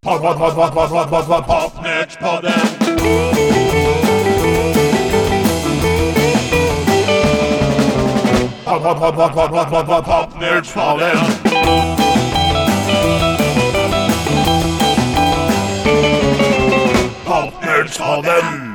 Popnördspodden. Popnördspodden. Popnördspodden.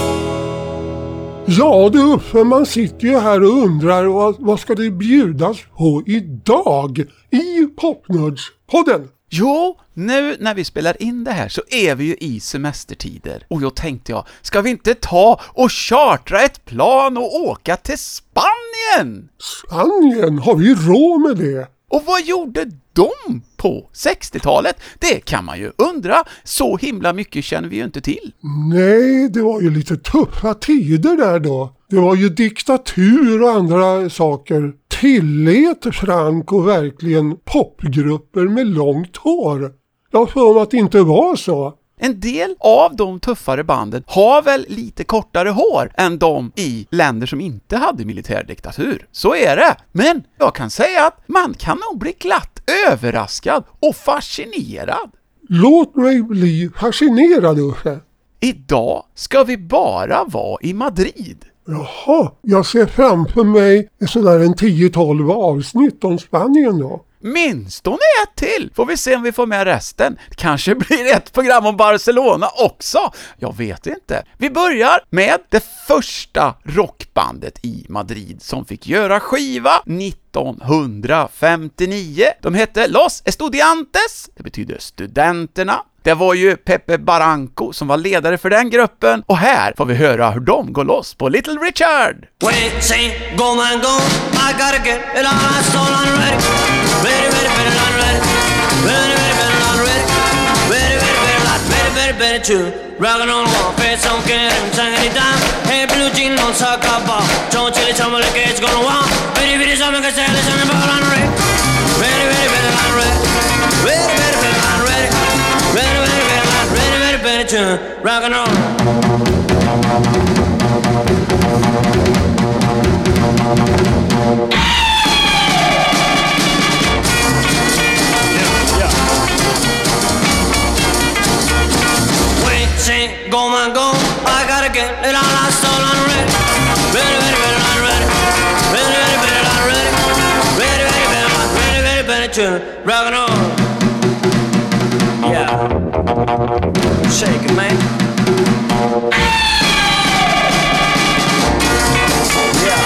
Ja du, för man sitter ju här och undrar vad ska det bjudas på idag i Popnördspodden? Jo, nu när vi spelar in det här så är vi ju i semestertider. Och då tänkte jag, ska vi inte ta och chartra ett plan och åka till Spanien? Spanien? Har vi råd med det? Och vad gjorde de på 60-talet? Det kan man ju undra. Så himla mycket känner vi ju inte till. Nej, det var ju lite tuffa tider där då. Det var ju diktatur och andra saker. Tillät Franco verkligen popgrupper med långt hår? Jag får att det inte var så. En del av de tuffare banden har väl lite kortare hår än de i länder som inte hade militärdiktatur. Så är det. Men jag kan säga att man kan nog bli glatt överraskad och fascinerad. Låt mig bli fascinerad, Uffe. Idag ska vi bara vara i Madrid. Jaha, jag ser framför mig en 10-12 avsnitt om Spanien då. Minst hon är ett till. Får vi se om vi får med resten. Det kanske blir ett program om Barcelona också. Jag vet inte. Vi börjar med det första rockbandet i Madrid som fick göra skiva 1959. De hette Los Estudiantes. Det betyder studenterna. Det var ju Pepe Barranco som var ledare för den gruppen. Och här får vi höra hur de går loss på Little Richard. Wait, say, go man, go. I gotta get it on, I'm still on ready. Ready, ready, ready, not ready. Ready, ready, ready, not ready. Ready, ready, ready, not ready, ready, ready, too. Rockin' on the wall, face on can, I'm singing it down. Hey, blue jean, no sock, up, don't chill it, tell me like it's gonna walk. Ready, ready, something can say, listen, I'm all on ready. Ready, ready, ready, not ready. Ready, ready, ready, not ready. Ready, ready, ready, not ready, ready, ready, too. Rockin' on. Go man, go, I gotta get it on, I'm still on ready. Ready, ready, ready, not ready. Ready, ready, ready, not ready. Ready, ready, ready, not ready, ready, ready, to rockin' on. Yeah. Shake it, man. Yeah.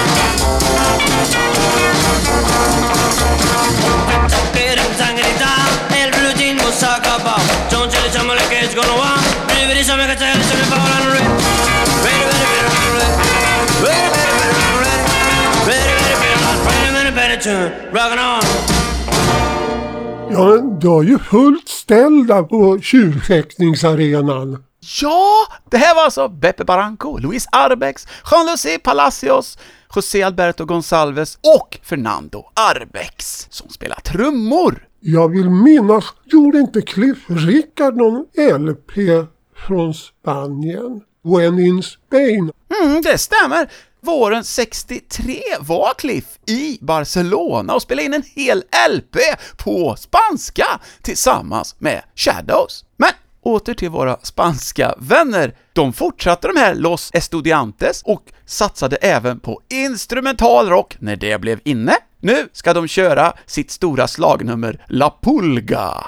Get him, sangin' it down. El blue jean will suck up out. Don't tell it, tell me like it's gonna walk. Some can tell us about on ready. Ready, ready, ready, ready. Ready, ready, ready, ready. Ready, ready, ready, ready, ready, tune. Rockin' on. Ja, det är ju fullt ställ där på tjurfäktningsarenan. Ja, det här var alltså Pepe Barranco, Luis Arbex, Juan-Luis Palacios, José Alberto Gonçalves och Fernando Arbex som spelar trummor. Jag vill minnas, gjorde inte Cliff Richard någon LP från Spanien? When in Spain? Det stämmer. Våren 63 var Cliff i Barcelona och spelade in en hel LP på spanska tillsammans med Shadows. Men åter till våra spanska vänner. De fortsatte de här Los Estudiantes och satsade även på instrumental rock när det blev inne. Nu ska de köra sitt stora slagnummer La Pulga.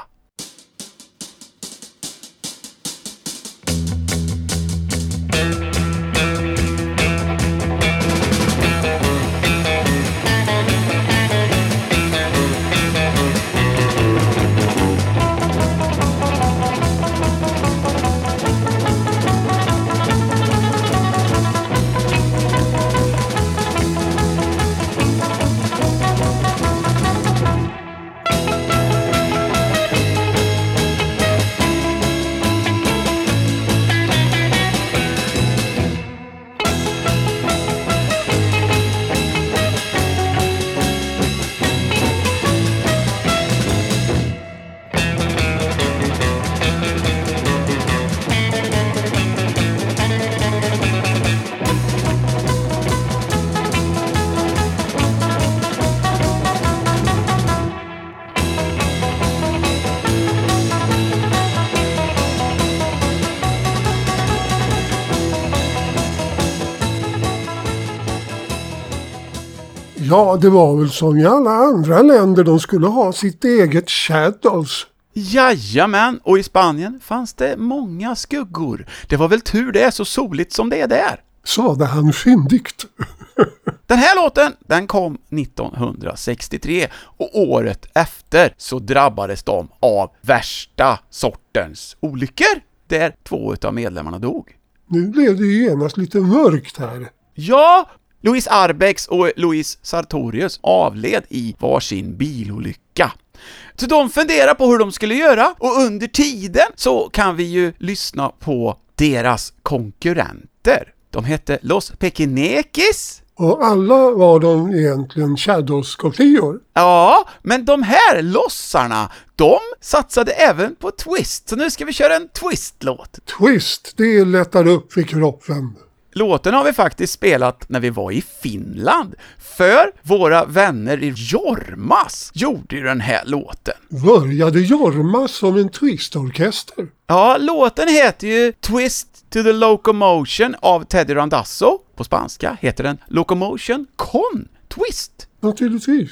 Ja, det var väl som i alla andra länder, de skulle ha sitt eget Shadows. Jajamän, och i Spanien fanns det många skuggor. Det var väl tur det är så soligt som det är där. Sade han fyndigt. Den här låten, den kom 1963 och året efter så drabbades de av värsta sortens olyckor där 2 av medlemmarna dog. Nu blev det ju genast lite mörkt här. Ja, Luis Arbex och Luis Sartorius avled i varsin bilolycka. Så de funderar på hur de skulle göra och under tiden så kan vi ju lyssna på deras konkurrenter. De hette Los Pequenequis. Och alla var de egentligen Shadows-kopior. Ja, men de här lossarna, de satsade även på twist. Så nu ska vi köra en twist-låt. Twist, det lättar upp vid kroppen. Låten har vi faktiskt spelat när vi var i Finland. För våra vänner i Jormas gjorde ju den här låten. Började Jormas som en twistorkester? Ja, låten heter ju Twist to the Locomotion av Teddy Randazzo. På spanska heter den Locomotion con Twist. Naturligtvis.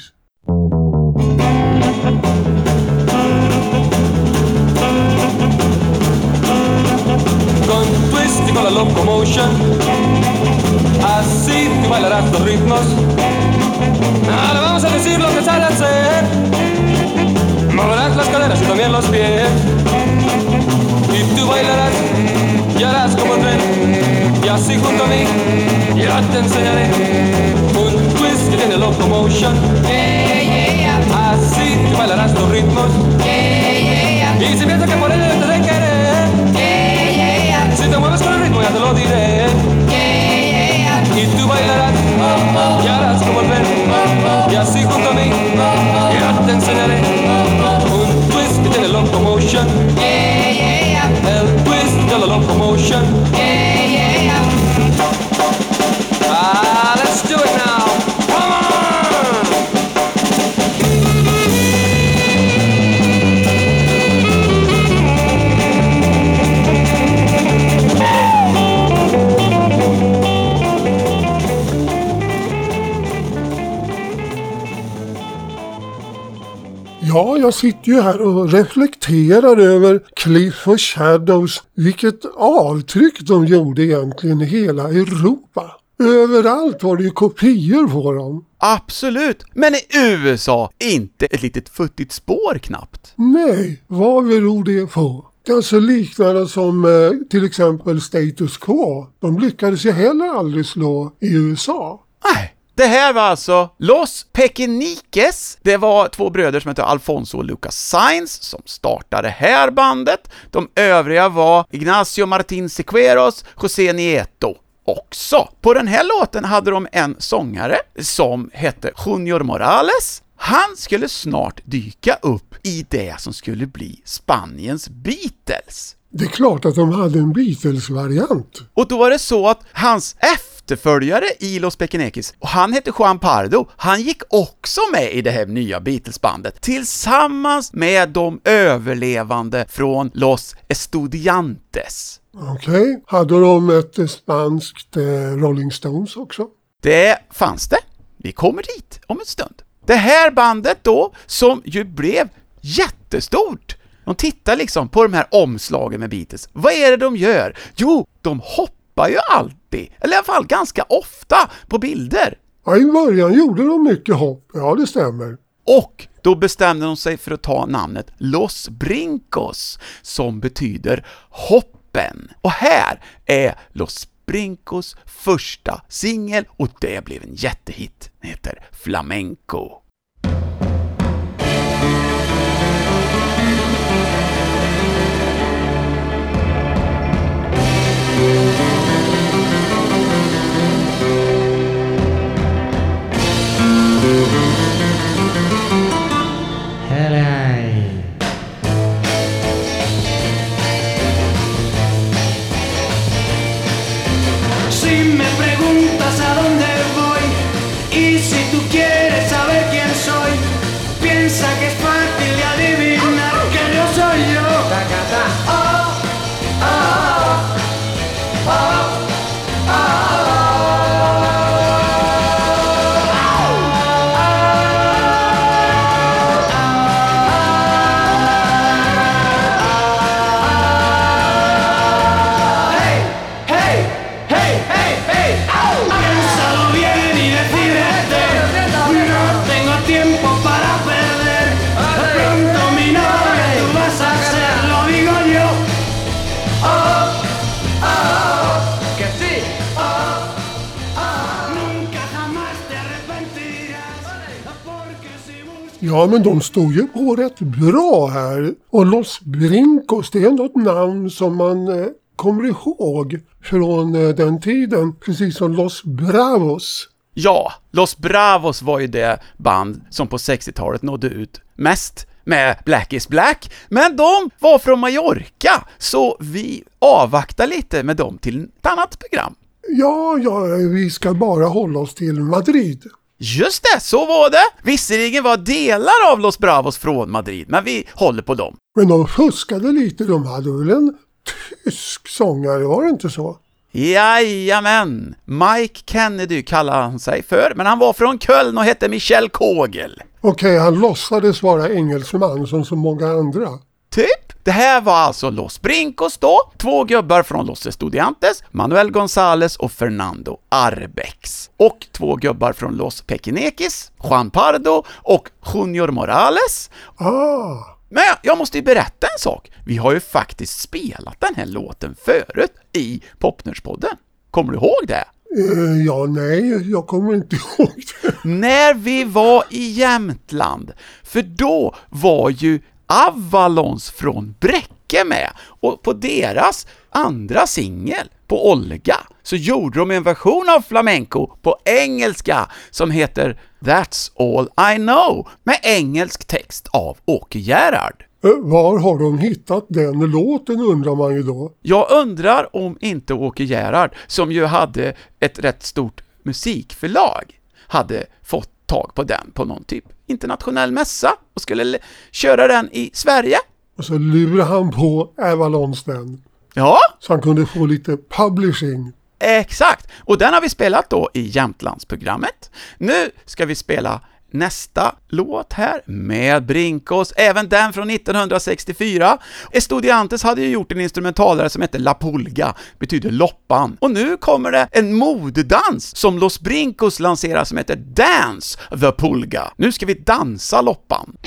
Con twist y con la locomotion, así tú bailarás los ritmos. Ahora vamos a decir lo que sale a hacer. Moverás las caderas y también los pies. Y tú bailarás y harás como el tren. Y así junto a mí yo te enseñaré un twist que tiene locomotion. Así tú bailarás los ritmos. Y si piensas que por ello te de querer, si te mueves con el ritmo ya te lo diré. Y tú bailarás y harás como el tren. Y así junto a mí yo te enseñaré un twist que tiene locomotion. El twist de la locomotion. Let's do it now. Come on! Ja, jag sitter ju här och reflekterar över Cliff och Shadows. Vilket avtryck de gjorde egentligen i hela Europa. Överallt var det ju kopior på dem. Absolut, men i USA inte ett litet futtigt spår knappt. Nej, vad beror det på? Kanske liknande som till exempel Status Quo. De lyckades ju heller aldrig slå i USA. Nej. Det här var alltså Los Pequenequis. Det var 2 bröder som hette Alfonso och Lucas Sainz som startade här bandet. De övriga var Ignacio Martín Siqueiros, José Nieto också. På den här låten hade de en sångare som hette Junior Morales. Han skulle snart dyka upp i det som skulle bli Spaniens Beatles. Det är klart att de hade en Beatles-variant. Och då var det så att hans efterföljare i Los Pequenequis, och han hette Juan Pardo, han gick också med i det här nya Beatles-bandet tillsammans med de överlevande från Los Estudiantes. Okej. Hade de ett spanskt Rolling Stones också? Det fanns det. Vi kommer dit om en stund. Det här bandet då, som ju blev jättestort. De tittar liksom på de här omslagen med Beatles. Vad är det de gör? Jo, de hoppar ju alltid, eller i alla fall ganska ofta, på bilder. Ja, i början gjorde de mycket hopp. Ja, det stämmer. Och då bestämde de sig för att ta namnet Los Brincos, som betyder hoppen. Och här är Los Brincos första singel, och det blev en jättehit. Den heter Flamenco. Si me preguntas a dónde voy y si tú quieres saber quién soy, piensa que es fácil de adivinar que yo soy yo. Oh, oh, oh, oh, oh. Ja, men de stod ju på rätt bra här. Och Los Brincos, det är ändå ett namn som man kommer ihåg från den tiden. Precis som Los Bravos. Ja, Los Bravos var ju det band som på 60-talet nådde ut mest med Black is Black. Men de var från Mallorca, så vi avvaktar lite med dem till ett annat program. Ja, vi ska bara hålla oss till Madrid. Just det, så var det. Visserligen var delar av Los Bravos från Madrid, men vi håller på dem. Men de fuskade lite, de hade väl en tysk sångare, var det inte så? Jajamän, Mike Kennedy kallar han sig för, men han var från Köln och hette Michel Kogel. Okej, han låtsades vara engelsman som så många andra. Typ. Det här var alltså Los Brincos då, 2 gubbar från Los Estudiantes, Manuel González och Fernando Arbex. Och 2 gubbar från Los Pequenequis, Juan Pardo och Junior Morales. Men jag måste ju berätta en sak. Vi har ju faktiskt spelat den här låten förut i Popnördspodden. Kommer du ihåg det? Ja, nej, jag kommer inte ihåg det. När vi var i Jämtland. För då var ju Avalons från Bräcke med. Och på deras andra singel, på Olga, så gjorde de en version av flamenco på engelska som heter That's All I Know, med engelsk text av Åke Gerhard. Var har de hittat den låten, undrar man ju då. Jag undrar om inte Åke Gerhard, som ju hade ett rätt stort musikförlag, hade fått tag på den på någon typ internationell mässa och skulle köra den i Sverige. Och så lurade han på Avalons den. Ja. Så han kunde få lite publishing. Exakt. Och den har vi spelat då i Jämtlandsprogrammet. Nu ska vi spela nästa låt här med Brincos, även den från 1964. Estudiantes hade ju gjort en instrumentalare som heter La Pulga, betyder loppan. Och nu kommer det en modedans som Los Brincos lanserar som heter Dance the Pulga. Nu ska vi dansa loppan.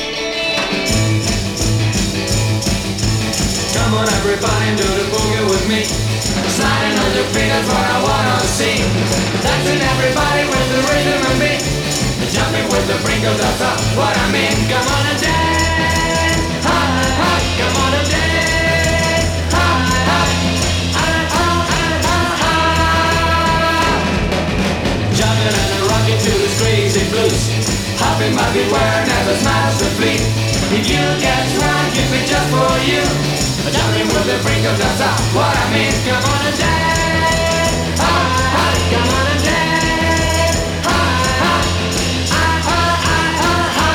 Come on everybody, do the boogie with me. Sliding on your feet, that's what I wanna see. Dancing everybody with the rhythm and beat. Jumping with the Brincos, that's what I mean. Come on and dance, ha, ha, come on and dance, ha, ha, ah, ah, ah, ah, ah. Jumping and rocking to this crazy blues. Hopping my beware, never smash the fleet. If you get drunk, if it's just for you. Jumping with the Brincos, that's what I mean. Come on and dance, ha, ha, come on and dance, ha, ha, ah, ah, ah, ah, ah.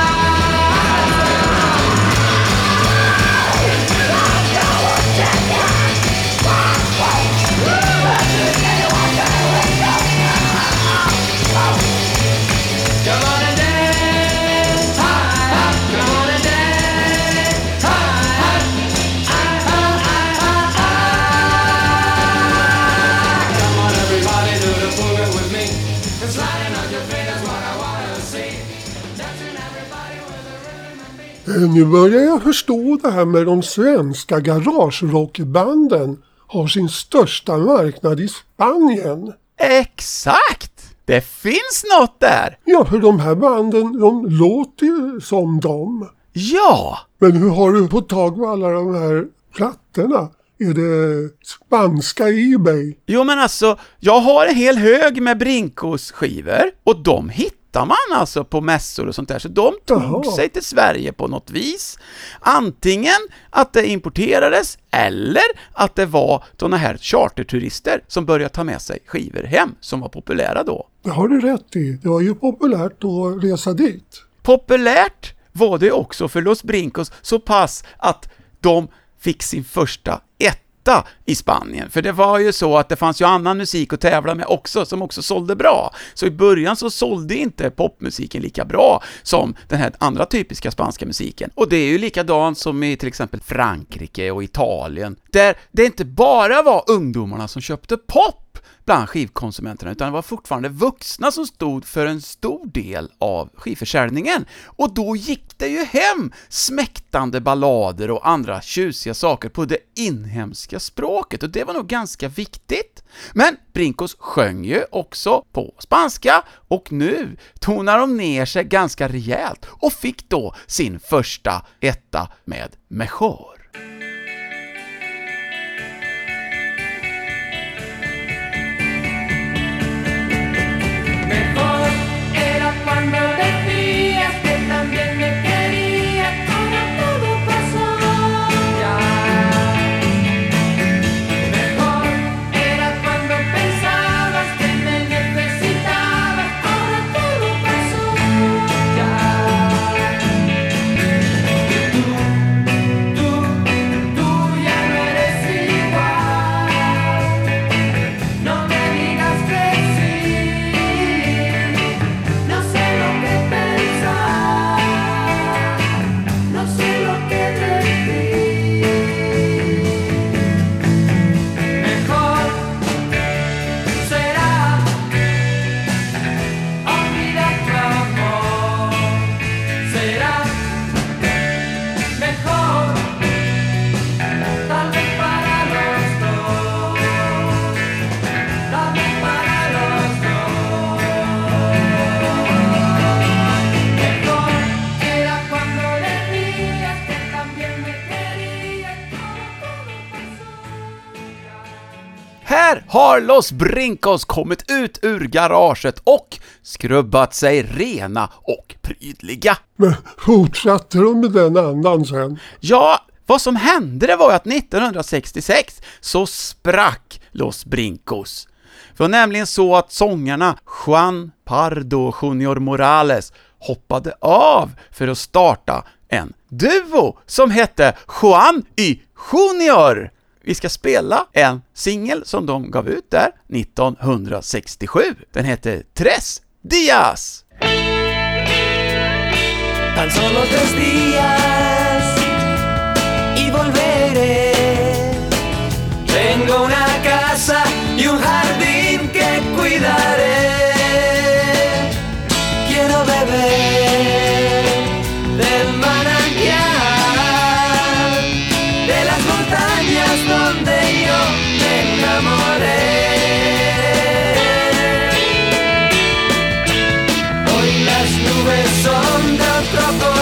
Come on and dance, ha, ha, come on and dance, ha, ha, ah, ah, ah, ah, ah. Come on everybody, do the boogie with me. And sliding on your feet, that's what I wanna see. Dancing everybody with the rhythm and beat. Nu börjar jag förstå det här med de svenska garagerockbanden har sin största marknad i Spanien. Exakt! Det finns något där! Ja, för de här banden, de låter ju som dem. Ja! Men hur har du fått tag på alla de här plattorna? Är det spanska eBay? Jo men alltså, jag har en hel hög med Brincos skivor och de hittar man alltså på mässor och sånt där. Så de tog sig till Sverige på något vis. Antingen att det importerades eller att det var såna här charterturister som började ta med sig skivor hem som var populära då. Det har du rätt i. Det var ju populärt att resa dit. Populärt var det också för Los Brincos så pass att de fick sin första etta i Spanien. För det var ju så att det fanns ju annan musik att tävla med också som också sålde bra. Så i början så sålde inte popmusiken lika bra som den här andra typiska spanska musiken. Och det är ju likadant som i till exempel Frankrike och Italien. Där det inte bara var ungdomarna som köpte pop bland skivkonsumenterna, utan det var fortfarande vuxna som stod för en stor del av skivförsäljningen. Och då gick det ju hem smäktande ballader och andra tjusiga saker på det inhemska språket, och det var nog ganska viktigt. Men Brincos sjöng ju också på spanska, och nu tonar de ner sig ganska rejält och fick då sin första etta med Mejor. Mejor era cuando decías que también me querías, ahora todo pasó ya. Mejor era cuando pensabas que me necesitabas, ahora todo pasó ya. Tú ya no eres igual. No me digas que sí. No sé lo que pensar, no sé lo que decir. Mejor será olvidar tu amor. Será mejor, tal vez para los dos, tal vez para los dos. Mejor era cuando decías que también me querías, ahora todo pasó ya. Här har Los Brincos kommit ut ur garaget och skrubbat sig rena och prydliga. Men fortsatte de med den andan sen? Ja, vad som hände det var att 1966 så sprack Los Brincos. Det var nämligen så att sångarna Juan Pardo Junior Morales hoppade av för att starta en duo som hette Juan y Junior. Vi ska spela en singel som de gav ut där 1967. Den heter Tres Días. Tan solo 3 días y volveré. Tengo una casa y un jardín que cuidaré. Quiero beber del manantial, de las montañas donde yo me enamoré. Hoy las nubes son de otro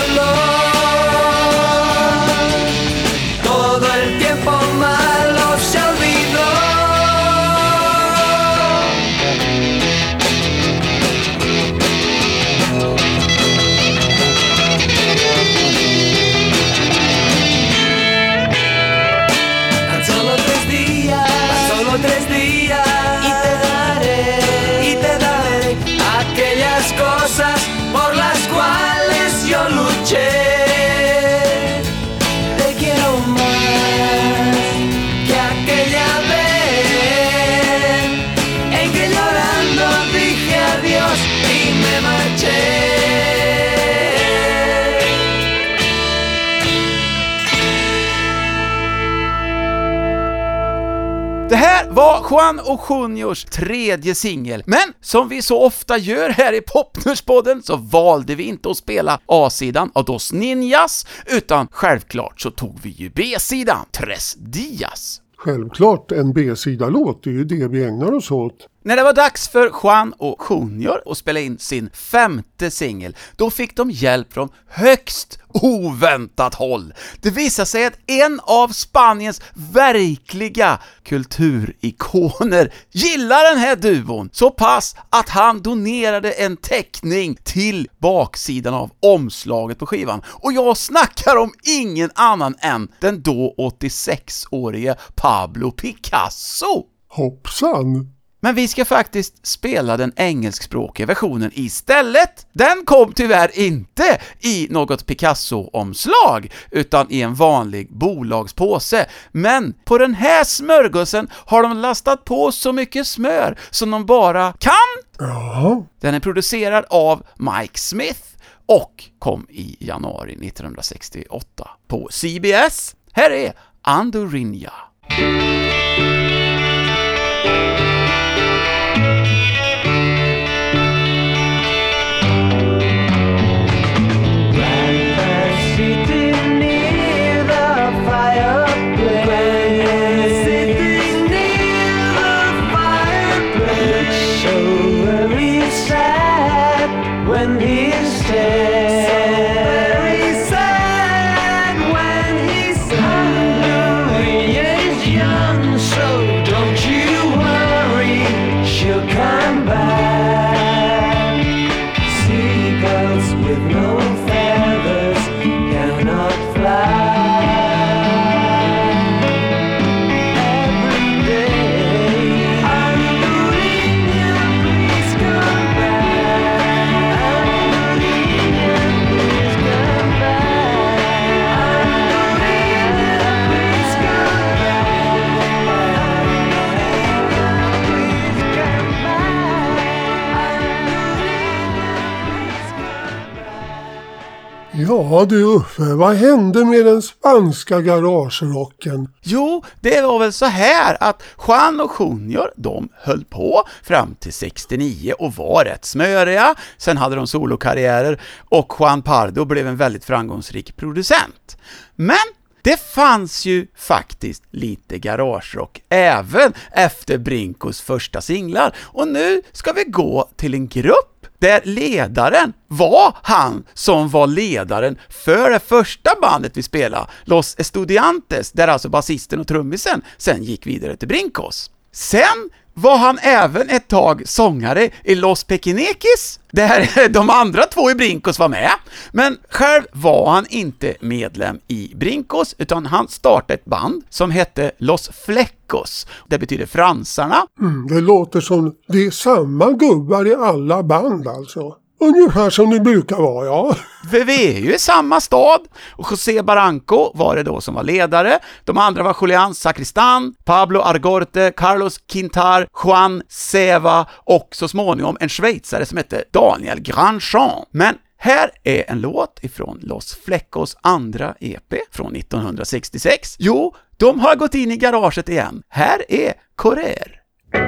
color, todo el tiempo malo se olvidó. Tan solo 3 días, y te daré aquellas cosas por las cuales yo luché. Te quiero más que aquella vez en que llorando dije adiós y me marché. Det här var Juan och Juniors tredje singel, men som vi så ofta gör här i Popnörspodden så valde vi inte att spela A-sidan av Dos Ninjas, utan självklart så tog vi ju B-sidan, Tres Días. Självklart en B-sida-låt, det är ju det vi ägnar oss åt. När det var dags för Juan och Junior att spela in sin 5:e singel, då fick de hjälp från högst oväntat håll. Det visade sig att en av Spaniens verkliga kulturikoner gillar den här duon så pass att han donerade en teckning till baksidan av omslaget på skivan. Och jag snackar om ingen annan än den då 86-årige Pablo Picasso. Hoppsan! Men vi ska faktiskt spela den engelskspråkiga versionen istället. Den kom tyvärr inte i något Picasso-omslag utan i en vanlig bolagspåse. Men på den här smörgåsen har de lastat på så mycket smör som de bara kan. Ja. Den är producerad av Mike Smith och kom i januari 1968 på CBS. Här är Andorinha. Ja du Uffe, vad hände med den spanska garagerocken? Jo, det var väl så här att Juan och Junior, de höll på fram till 69 och var rätt smöriga. Sen hade de solokarriärer och Juan Pardo blev en väldigt framgångsrik producent. Men det fanns ju faktiskt lite garagerock även efter Brincos första singlar. Och nu ska vi gå till en grupp där ledaren var han som var ledaren för det första bandet vi spelade, Los Estudiantes, där alltså basisten och trummisen sen gick vidare till Brincos. Sen var han även ett tag sångare i Los Pequeñequis, där de andra två i Brincos var med. Men själv var han inte medlem i Brincos, utan han startade ett band som hette Los Flecos. Det betyder fransarna. Det låter som det är samma gubbar i alla band alltså. Ungefär som det brukar vara, ja. För vi är ju i samma stad. Och José Barranco var det då som var ledare. De andra var Julián Sacristan, Pablo Argorte, Carlos Quintar, Juan Seva och så småningom en schweizare som hette Daniel Grandchamp. Men här är en låt ifrån Los Flecos andra EP från 1966. Jo, de har gått in i garaget igen. Här är Correr.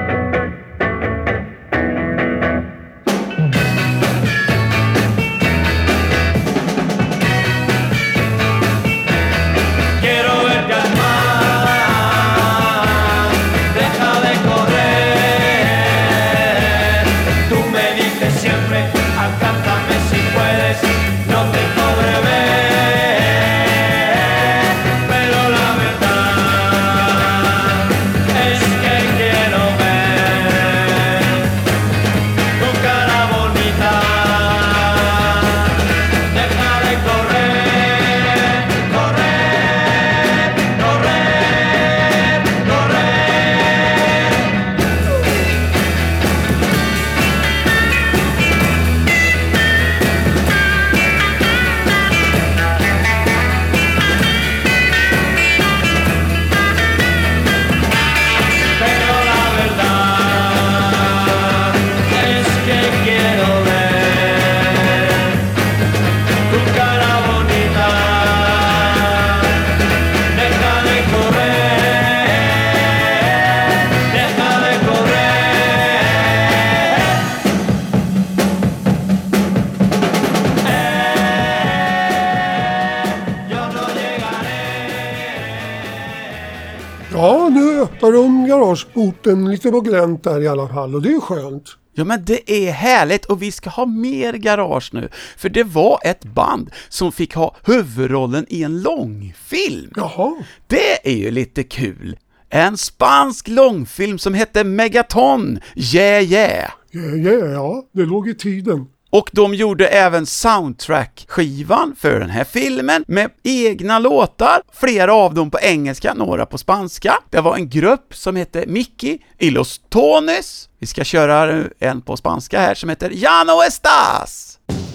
Ja, nu öppnar de garageporten lite på glänt där i alla fall och det är skönt. Ja, men det är härligt och vi ska ha mer garage nu. För det var ett band som fick ha huvudrollen i en långfilm. Jaha. Det är ju lite kul. En spansk långfilm som hette Megaton. Yeah. Ja, det låg i tiden. Och de gjorde även soundtrack-skivan för den här filmen med egna låtar, flera av dem på engelska, några på spanska. Det var en grupp som hette Mickey y los Tones. Vi ska köra en på spanska här som heter Ya no estás.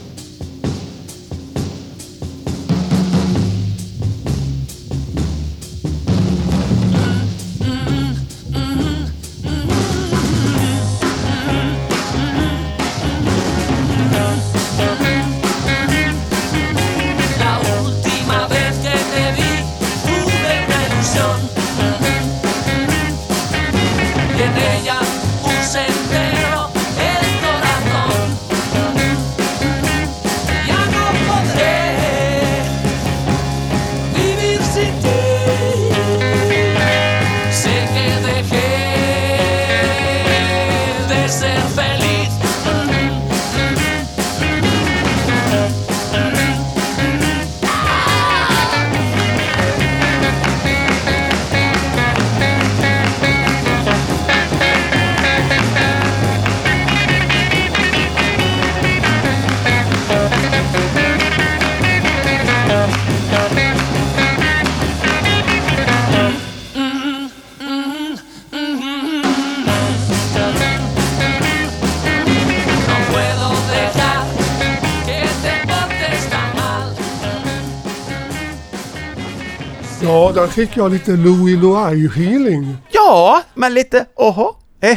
Ja, där fick jag lite Louis Louis-feeling. Ja, men lite oho, hehe.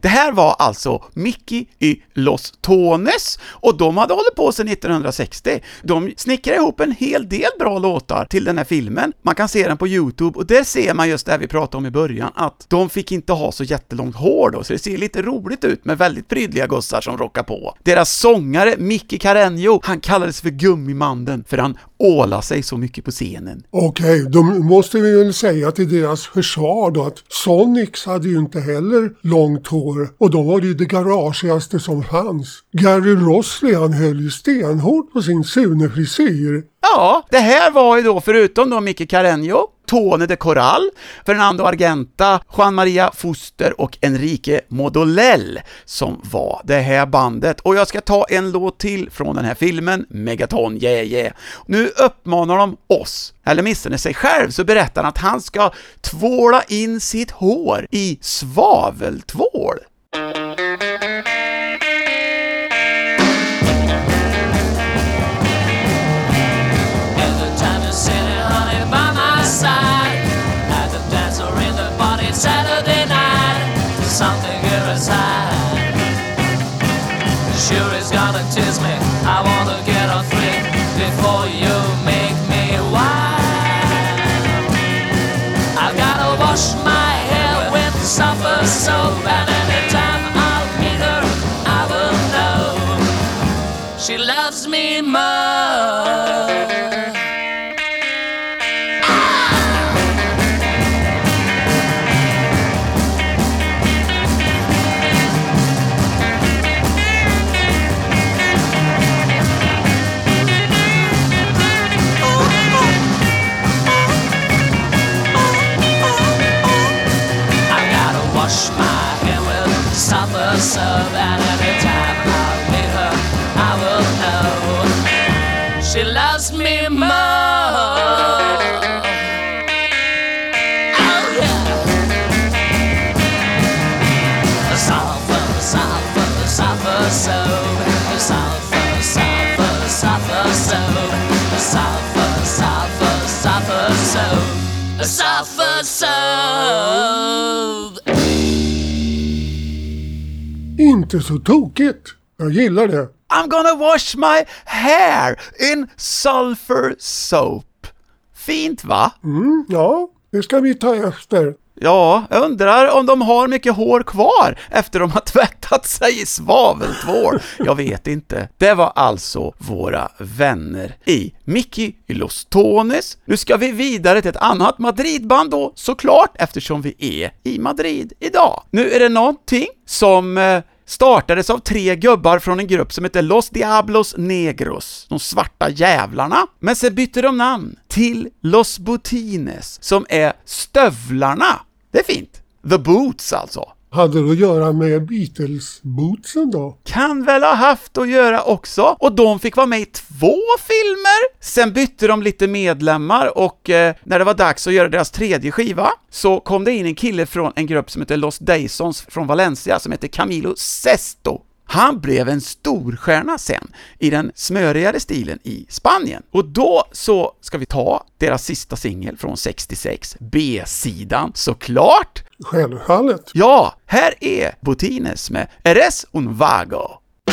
Det här var alltså Mickey y Los Tones och de hade hållit på sedan 1960. De snickrade ihop en hel del bra låtar till den här filmen. Man kan se den på YouTube och där ser man just det vi pratade om i början, att de fick inte ha så jättelångt hår då, så det ser lite roligt ut med väldigt prydliga gossar som rockar på. Deras sångare Mickey Carreño, han kallades för Gummimanden för han ålade sig så mycket på scenen. Okej, då måste vi väl säga till deras försvar då att Sonics hade ju inte heller långt hår och de var ju det garagigaste som fanns. Gary Rosley, han höll ju stenhårt på sin Sune-frisyr. Ja, det här var ju då förutom då Mickey Carreño, Tone de Corral, Fernando Argenta, Juan Maria Fuster och Enrique Modolell som var det här bandet. Och jag ska ta en låt till från den här filmen, Megaton Yeah Yeah. Nu uppmanar de oss, eller missade sig själv, så berättar han att han ska tvåla in sitt hår i svaveltvål. Saturday night, something here inside sure is gonna tease me. I wanna get on free before you make me wild. I've gotta wash my hair with sulfur soap, and anytime I'll meet her, I will know she loves me more. So that every time I meet her, I will know she loves me more. Oh yeah. Sulfur, sulfur, sulfur soap. Sulfur, sulfur, sulfur soap. Sulfur, sulfur, sulfur soap. Sulfur soap. Inte så tokigt. Jag gillar det. I'm gonna wash my hair in sulfur soap. Fint va? Ja, det ska vi ta efter. Ja, jag undrar om de har mycket hår kvar efter de har tvättat sig i svaveltvål. Jag vet inte. Det var alltså våra vänner i Mickey y Los Tones. Nu ska vi vidare till ett annat Madridband då, såklart, eftersom vi är i Madrid idag. Nu är det någonting som startades av 3 gubbar från en grupp som heter Los Diablos Negros, de svarta jävlarna. Men sen bytte de namn till Los Botines, som är stövlarna. Det är fint. The Boots alltså. Hade det att göra med Beatles-bootsen då? Kan väl ha haft att göra också. Och de fick vara med i 2 filmer. Sen bytte de lite medlemmar och när det var dags att göra deras 3:e skiva så kom det in en kille från en grupp som heter Los Daysons från Valencia som heter Camilo Sesto. Han blev en storstjärna sen i den smörigare stilen i Spanien. Och då så ska vi ta deras sista singel från 66, B-sidan, såklart. Självfallet. Ja, här är Botines med Eres un vago.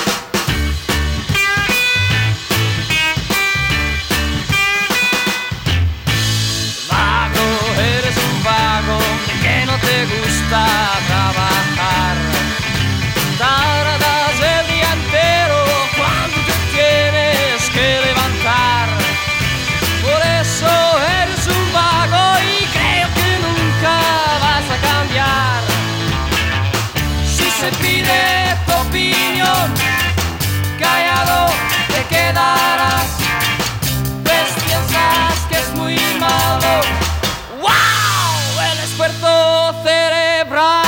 Vago, eres un vago que no te gusta trabajar. Tardas el día entero cuando te tienes que levantar. Por eso eres un vago y creo que nunca vas a cambiar. Si se pide tu opinión, callado te quedarás. Pues piensas que es muy malo. ¡Wow! El esfuerzo cerebral.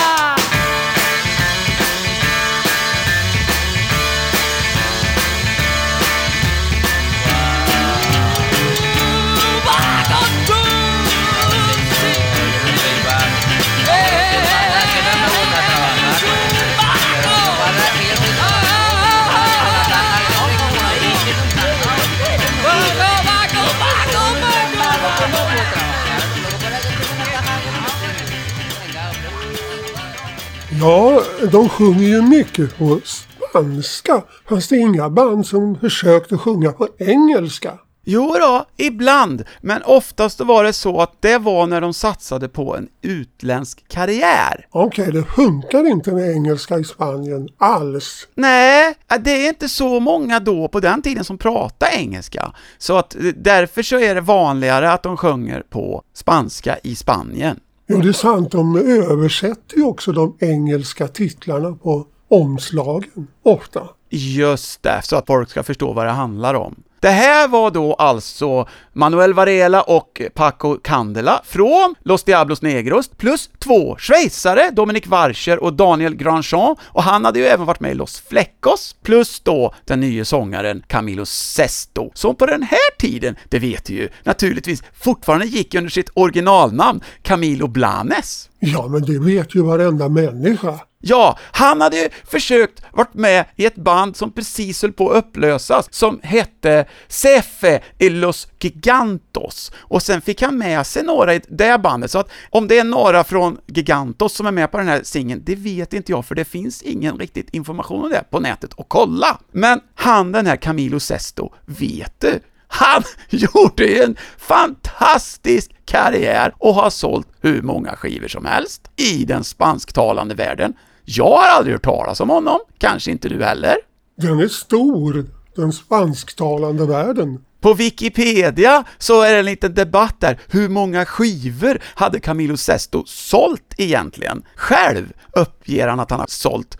Ja, de sjunger ju mycket på spanska. Fast det är inga band som försökte sjunga på engelska. Jo då, ibland, men oftast var det så att det var när de satsade på en utländsk karriär. Okej, det funkar inte med engelska i Spanien alls. Nej, det är inte så många då på den tiden som pratar engelska. Så att därför så är det vanligare att de sjunger på spanska i Spanien. Jo, det är sant. De översätter ju också de engelska titlarna på omslagen, ofta. Just det, så att folk ska förstå vad det handlar om. Det här var då alltså Manuel Varela och Paco Candela från Los Diablos Negros plus 2 schweizare, Dominic Warscher och Daniel Grandjean, och han hade ju även varit med i Los Flecos, plus då den nya sångaren Camilo Sesto, som på den här tiden, det vet du ju, naturligtvis fortfarande gick under sitt originalnamn Camilo Blanes. Ja, men det vet ju varenda människa. Ja, han hade ju försökt varit med i ett band som precis höll på att upplösas, som hette Cefe y los Gigantos, och sen fick han med sig några i det bandet, så att om det är några från Gigantos som är med på den här singeln, det vet inte jag, för det finns ingen riktigt information om det på nätet att kolla. Men han, den här Camilo Sesto, vet du, han gjorde ju en fantastisk karriär och har sålt hur många skivor som helst i den spansktalande världen. Jag har aldrig hört talas om honom, kanske inte du heller. Den är stor, den spansktalande världen. På Wikipedia så är det en liten debatt där. Hur många skivor hade Camilo Sesto sålt egentligen? Själv uppger han att han har sålt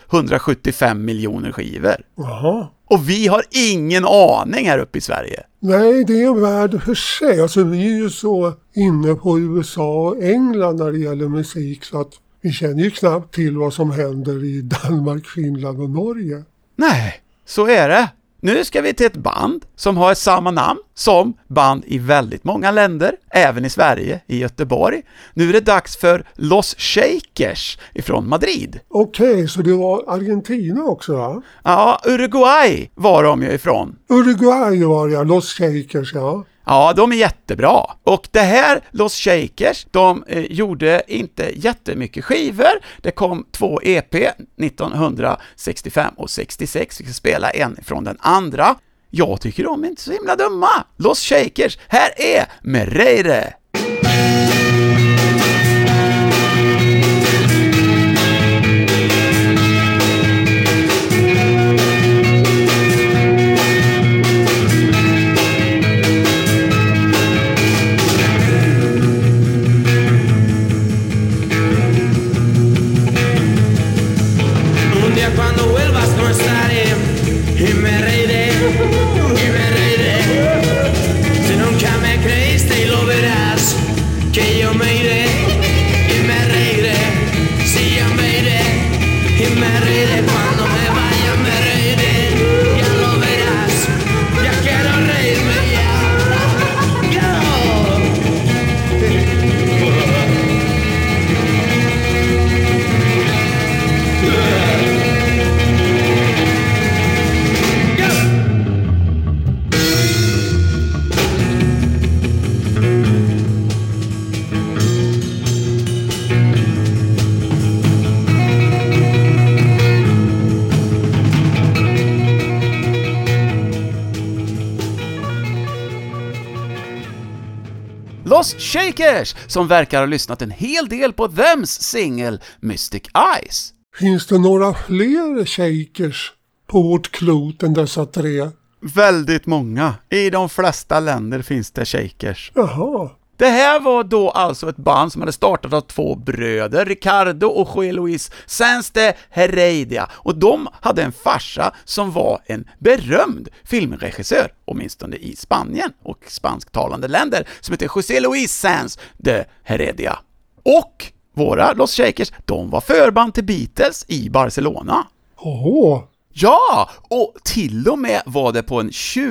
175 miljoner skivor. Jaha. Och vi har ingen aning här uppe i Sverige. Nej, det är en värld för sig. Alltså, vi är ju så inne på USA och England när det gäller musik, så att vi känner ju knappt till vad som händer i Danmark, Finland och Norge. Nej, så är det. Nu ska vi till ett band som har samma namn som band i väldigt många länder, även i Sverige, i Göteborg. Nu är det dags för Los Shakers ifrån Madrid. Okej, så det var Argentina också, va? Ja, Uruguay var de ju ifrån. Uruguay var det, Los Shakers, ja. Ja, de är jättebra. Och det här, Los Shakers, de gjorde inte jättemycket skivor. Det kom 2 EP 1965 och 66. Vi ska spela en från den andra. Jag tycker de är inte så himla dumma. Los Shakers, här är Mereire. Los Shakers, som verkar ha lyssnat en hel del på Thems singel Mystic Eyes. Finns det några fler Shakers på vårt klot än dessa 3? Väldigt många. I de flesta länder finns det Shakers. Jaha. Det här var då alltså ett band som hade startat av 2 bröder, Ricardo och José Luis Sanz de Heredia, och de hade en farsa som var en berömd filmregissör, åtminstone i Spanien och spansktalande länder, som heter José Luis Sanz de Heredia. Och våra Los Shakers, de var förband till Beatles i Barcelona. Åh. Ja, och till och med var det på en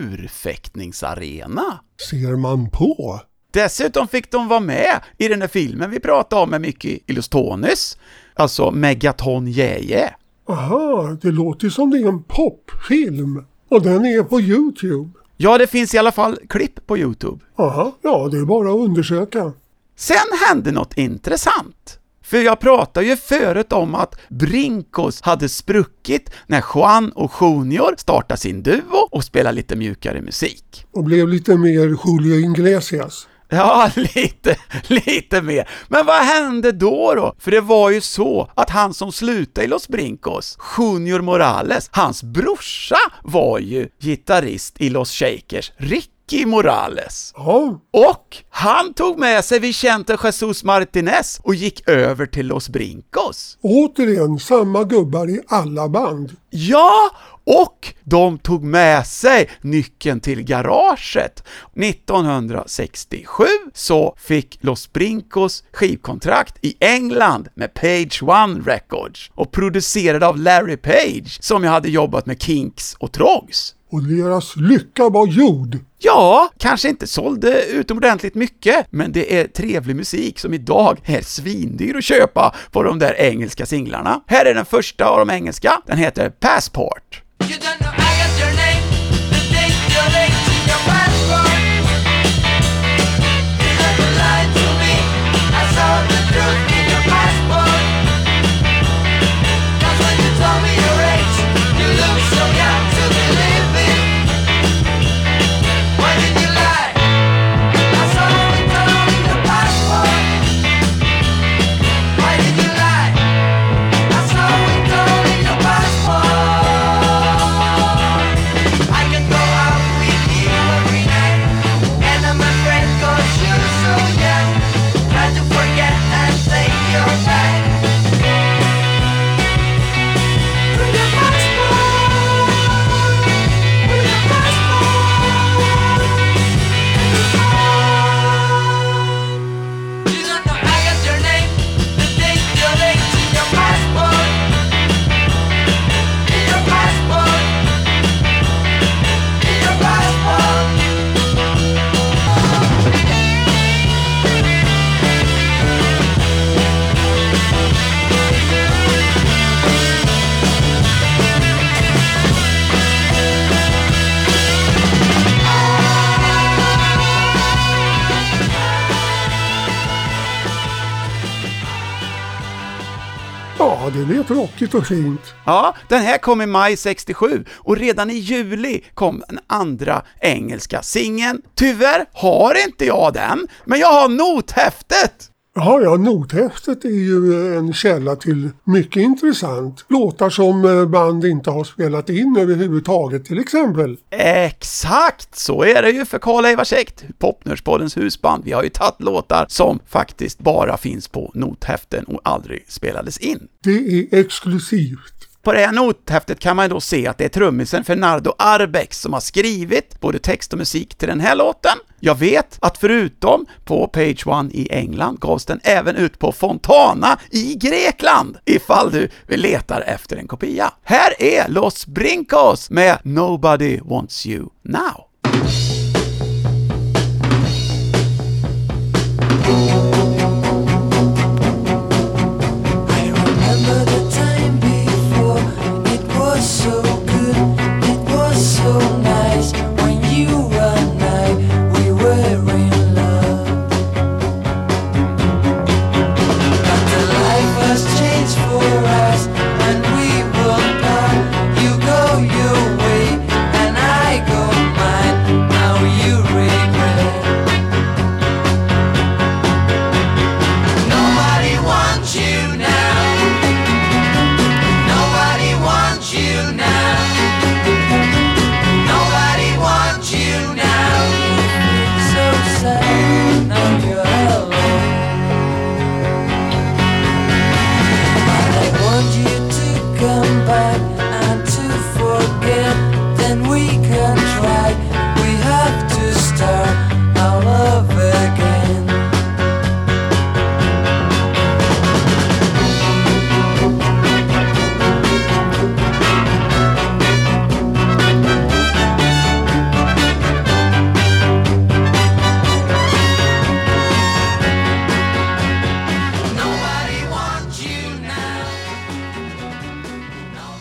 tjurfäktningsarena. Ser man på? Dessutom fick de vara med i den där filmen vi pratade om med Mickey Illustonis, alltså Megaton Jeje. Aha, det låter som det är en popfilm. Och den är på YouTube. Ja, det finns i alla fall klipp på YouTube. Aha, ja, det är bara att undersöka. Sen hände något intressant. För jag pratade ju förut om att Brincos hade spruckit när Juan och Junior startade sin duo och spelade lite mjukare musik. Och blev lite mer Julio Iglesias. Ja, lite mer. Men vad hände då? För det var ju så att han som slutade i Los Brincos, Junior Morales, hans brorsa var ju gitarrist i Los Shakers, Ricky Morales. Ja. Och han tog med sig Vicente Jesus Martinez och gick över till Los Brincos. Återigen samma gubbar i alla band. Ja, och de tog med sig nyckeln till garaget. 1967 så fick Los Brincos skivkontrakt i England med Page One Records och producerad av Larry Page som jag hade jobbat med Kinks och Troggs. Och deras lycka var gjord. Ja, kanske inte sålde utomordentligt mycket, men det är trevlig musik som idag är svindyr att köpa på de där engelska singlarna. Här är den första av de engelska, den heter Passport. You don't know I got your name, the date, your age, and your passport. You never lied to me, I saw the truth in your passport. 'Cause when you told me your age, you looked so young to believe it. Why did you lie? I saw it all in your passport. Why did you lie? I saw it all in your passport. I can go out with you every night, and I'm afraid 'cause you're so young. Try to forget and take your back. With your passport, with your passport. You don't know I got your name, the date, your age, in your passport. In your passport. In your passport. Ja, det är tråkigt och fint. Ja, den här kom i maj 67 och redan i juli kom den andra engelska singeln. Tyvärr har inte jag den, men jag har nothäftet. Ja, nothäftet är ju en källa till mycket intressant. Låtar som band inte har spelat in överhuvudtaget till exempel. Exakt, så är det ju för Karl Eivarsäkt, Popnördspoddens husband. Vi har ju tagit låtar som faktiskt bara finns på nothäften och aldrig spelades in. Det är exklusivt. På det här nothäftet kan man då se att det är trummisen Fernando Arbex som har skrivit både text och musik till den här låten. Jag vet att förutom på Page One i England gavs den även ut på Fontana i Grekland, ifall du letar efter en kopia. Här är Los Brincos med Nobody Wants You Now.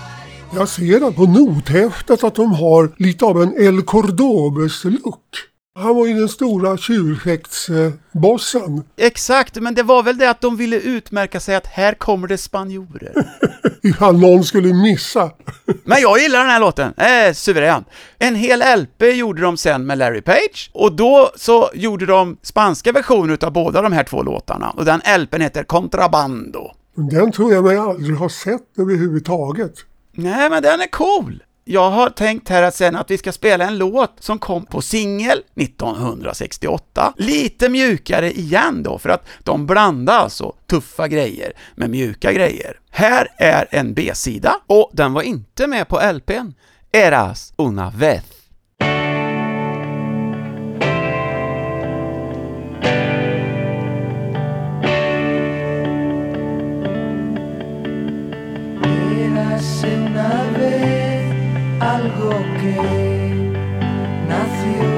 Jag ser på nothäftet att de har lite av en El Cordobes look. Han var ju den stora tjurfäktsbossen. Exakt, men det var väl det att de ville utmärka sig att här kommer det spanjorer. Ifall någon skulle missa. Men jag gillar den här låten, suverän. En hel LP gjorde de sen med Larry Page, och då så gjorde de spanska versioner av båda de här två låtarna, och den LPn heter Contrabando. Den tror jag mig aldrig har sett överhuvudtaget. Nej, men den är cool. Jag har tänkt här att sen att vi ska spela en låt som kom på singel 1968. Lite mjukare igen då, för att de blandar alltså tuffa grejer med mjuka grejer. Här är en B-sida, och den var inte med på LPn. Eras una vez. Algo que nació,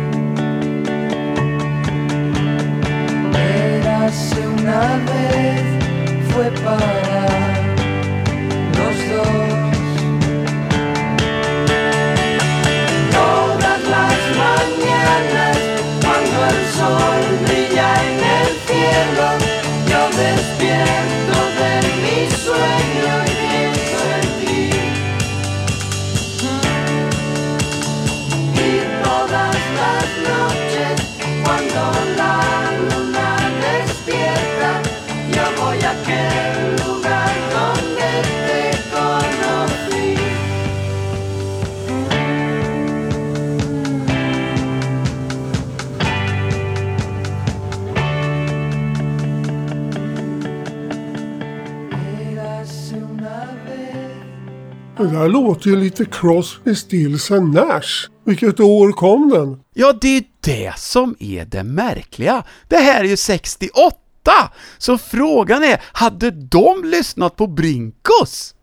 érase una vez, fue para los dos. Todas las mañanas, cuando el sol brilla en el cielo, yo despierto de mi sueño y pienso en ti. Todas las noches, cuando la luna despierta, yo voy a aquel lugar donde te conocí. Érase una vez. Det där låter ju lite Crosby, Stills and Nash. Vilket år kom den? Ja, det är det som är det märkliga. Det här är ju 68, så frågan är, hade de lyssnat på Brinkos?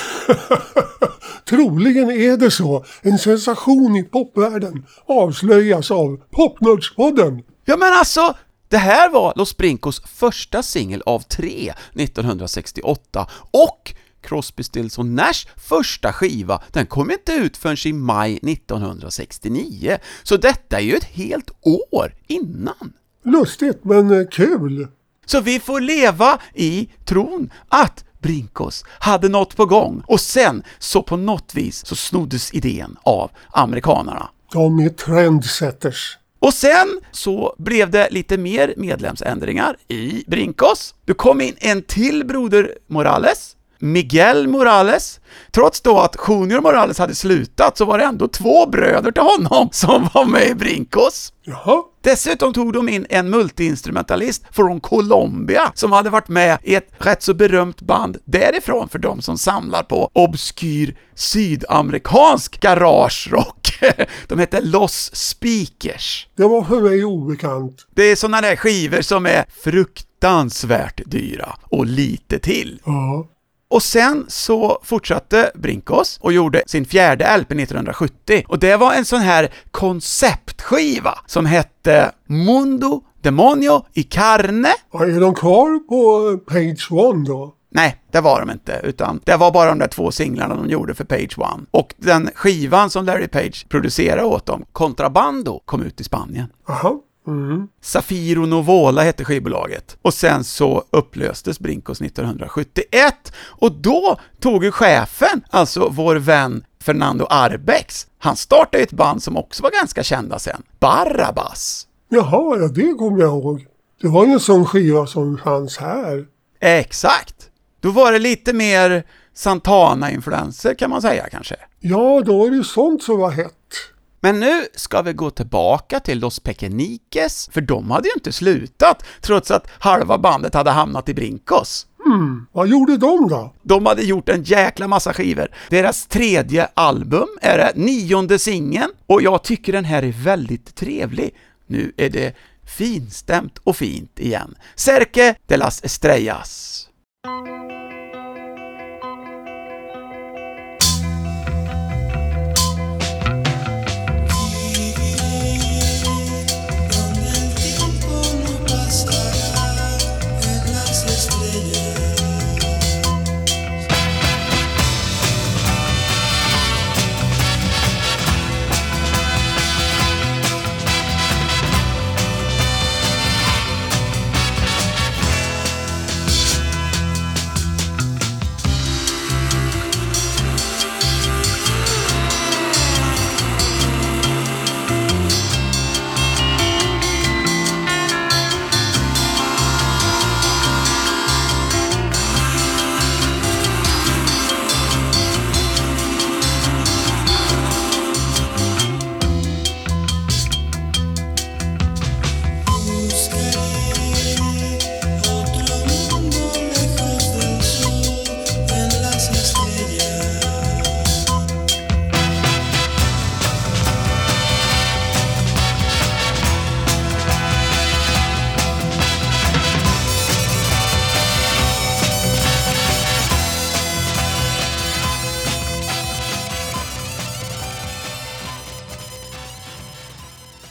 Troligen är det så. En sensation i popvärlden avslöjas av Popnördspodden. Ja, men alltså, det här var Los Brincos första singel av 3 1968, och Crosby, Stills och Nash första skiva, den kom inte ut förrän i maj 1969. Så detta är ju ett helt år innan. Lustigt, men kul. Så vi får leva i tron att Brinkos hade något på gång, och sen så på något vis så snoddes idén av amerikanerna. De är trendsetters. Och sen så blev det lite mer medlemsändringar i Brinkos. Det kom in en till broder Morales, Miguel Morales. Trots då att Junior Morales hade slutat, så var det ändå 2 bröder till honom som var med i Brinkos. Jaha. Dessutom tog de in en multiinstrumentalist från Colombia som hade varit med i ett rätt så berömt band därifrån, för de som samlar på obskyr sydamerikansk garagerock. De heter Los Speakers. Det var för mig obekant. Det är såna där skivor som är fruktansvärt dyra och lite till. Ja. Och sen så fortsatte Brinkos och gjorde sin 4:e LP 1970. Och det var en sån här konceptskiva som hette Mundo Demonio y Carne. Ja, är de kvar på Page One då? Nej, det var de inte, utan det var bara de där 2 singlarna de gjorde för Page One. Och den skivan som Larry Page producerade åt dem, Contrabando, kom ut i Spanien. Aha. Mm. Safiro Novola hette skivbolaget. Och sen så upplöstes Brinkos 1971. Och då tog ju chefen, alltså vår vän Fernando Arbex, han startade ett band som också var ganska kända sen, Barrabas. Jaha, ja, det kommer jag ihåg. Det var ju en sån skiva som fanns här. Exakt. Då var det lite mer Santana-influenser kan man säga kanske. Ja, då var det ju sånt som var hett. Men nu ska vi gå tillbaka till Los Pequeñiques, för de hade ju inte slutat trots att halva bandet hade hamnat i Brinkos. Vad gjorde de då? De hade gjort en jäkla massa skivor. Deras 3:e album är det 9:e singeln, och jag tycker den här är väldigt trevlig. Nu är det finstämt och fint igen. Cerque de las Estrellas.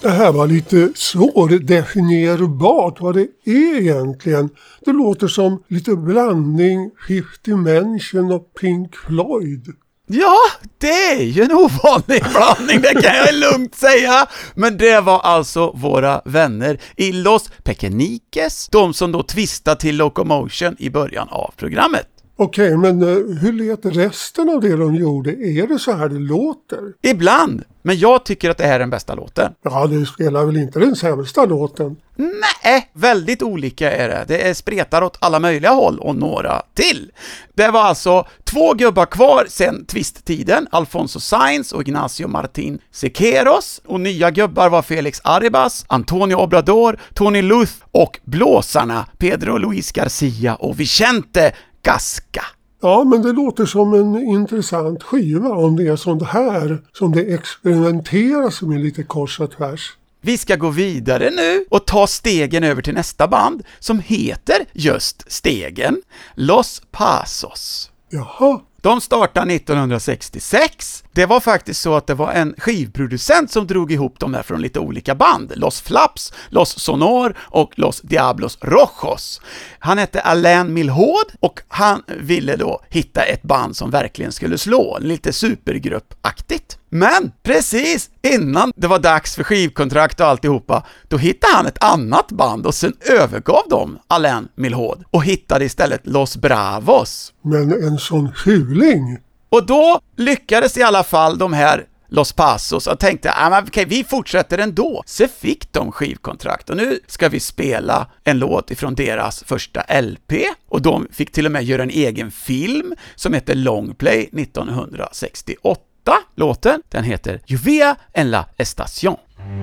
Det här var lite svårdefinierbart vad det är egentligen. Det låter som lite blandning Fifth Dimension och Pink Floyd. Ja, det är ju en ovanlig blandning, det kan jag lugnt säga. Men det var alltså våra vänner i Los Pequeñiques, de som då twistade till Locomotion i början av programmet. Okej, men hur lät resten av det de gjorde? Är det så här det låter? Ibland, men jag tycker att det här är den bästa låten. Ja, det spelar väl inte den sämsta låten? Nej, väldigt olika är det. Det är spretar åt alla möjliga håll och några till. Det var alltså 2 gubbar kvar sen tvisttiden, Alfonso Sainz och Ignacio Martín Siqueiros. Och nya gubbar var Felix Arribas, Antonio Obrador, Tony Luth och blåsarna Pedro Luis Garcia och Vicente Gasca. Ja, men det låter som en intressant skiva om det är sånt här som det experimenteras med lite kors och tvärs. Vi ska gå vidare nu och ta stegen över till nästa band som heter just Stegen, Los Pasos. Jaha. De startade 1966. Det var faktiskt så att det var en skivproducent som drog ihop dem här från lite olika band. Los Flaps, Los Sonor och Los Diablos Rojos. Han hette Alain Milhaud och han ville då hitta ett band som verkligen skulle slå, lite supergruppaktigt. Men precis innan det var dags för skivkontrakt och alltihopa, då hittade han ett annat band och sen övergav dem Alain Milhaud och hittade istället Los Bravos. Men en sån fuling. Och då lyckades i alla fall de här Los Pasos och tänkte, okej, vi fortsätter ändå. Så fick de skivkontrakt och nu ska vi spela en låt ifrån deras första LP. Och de fick till och med göra en egen film som heter Longplay 1968. Låten, den heter Lluvia en la estación.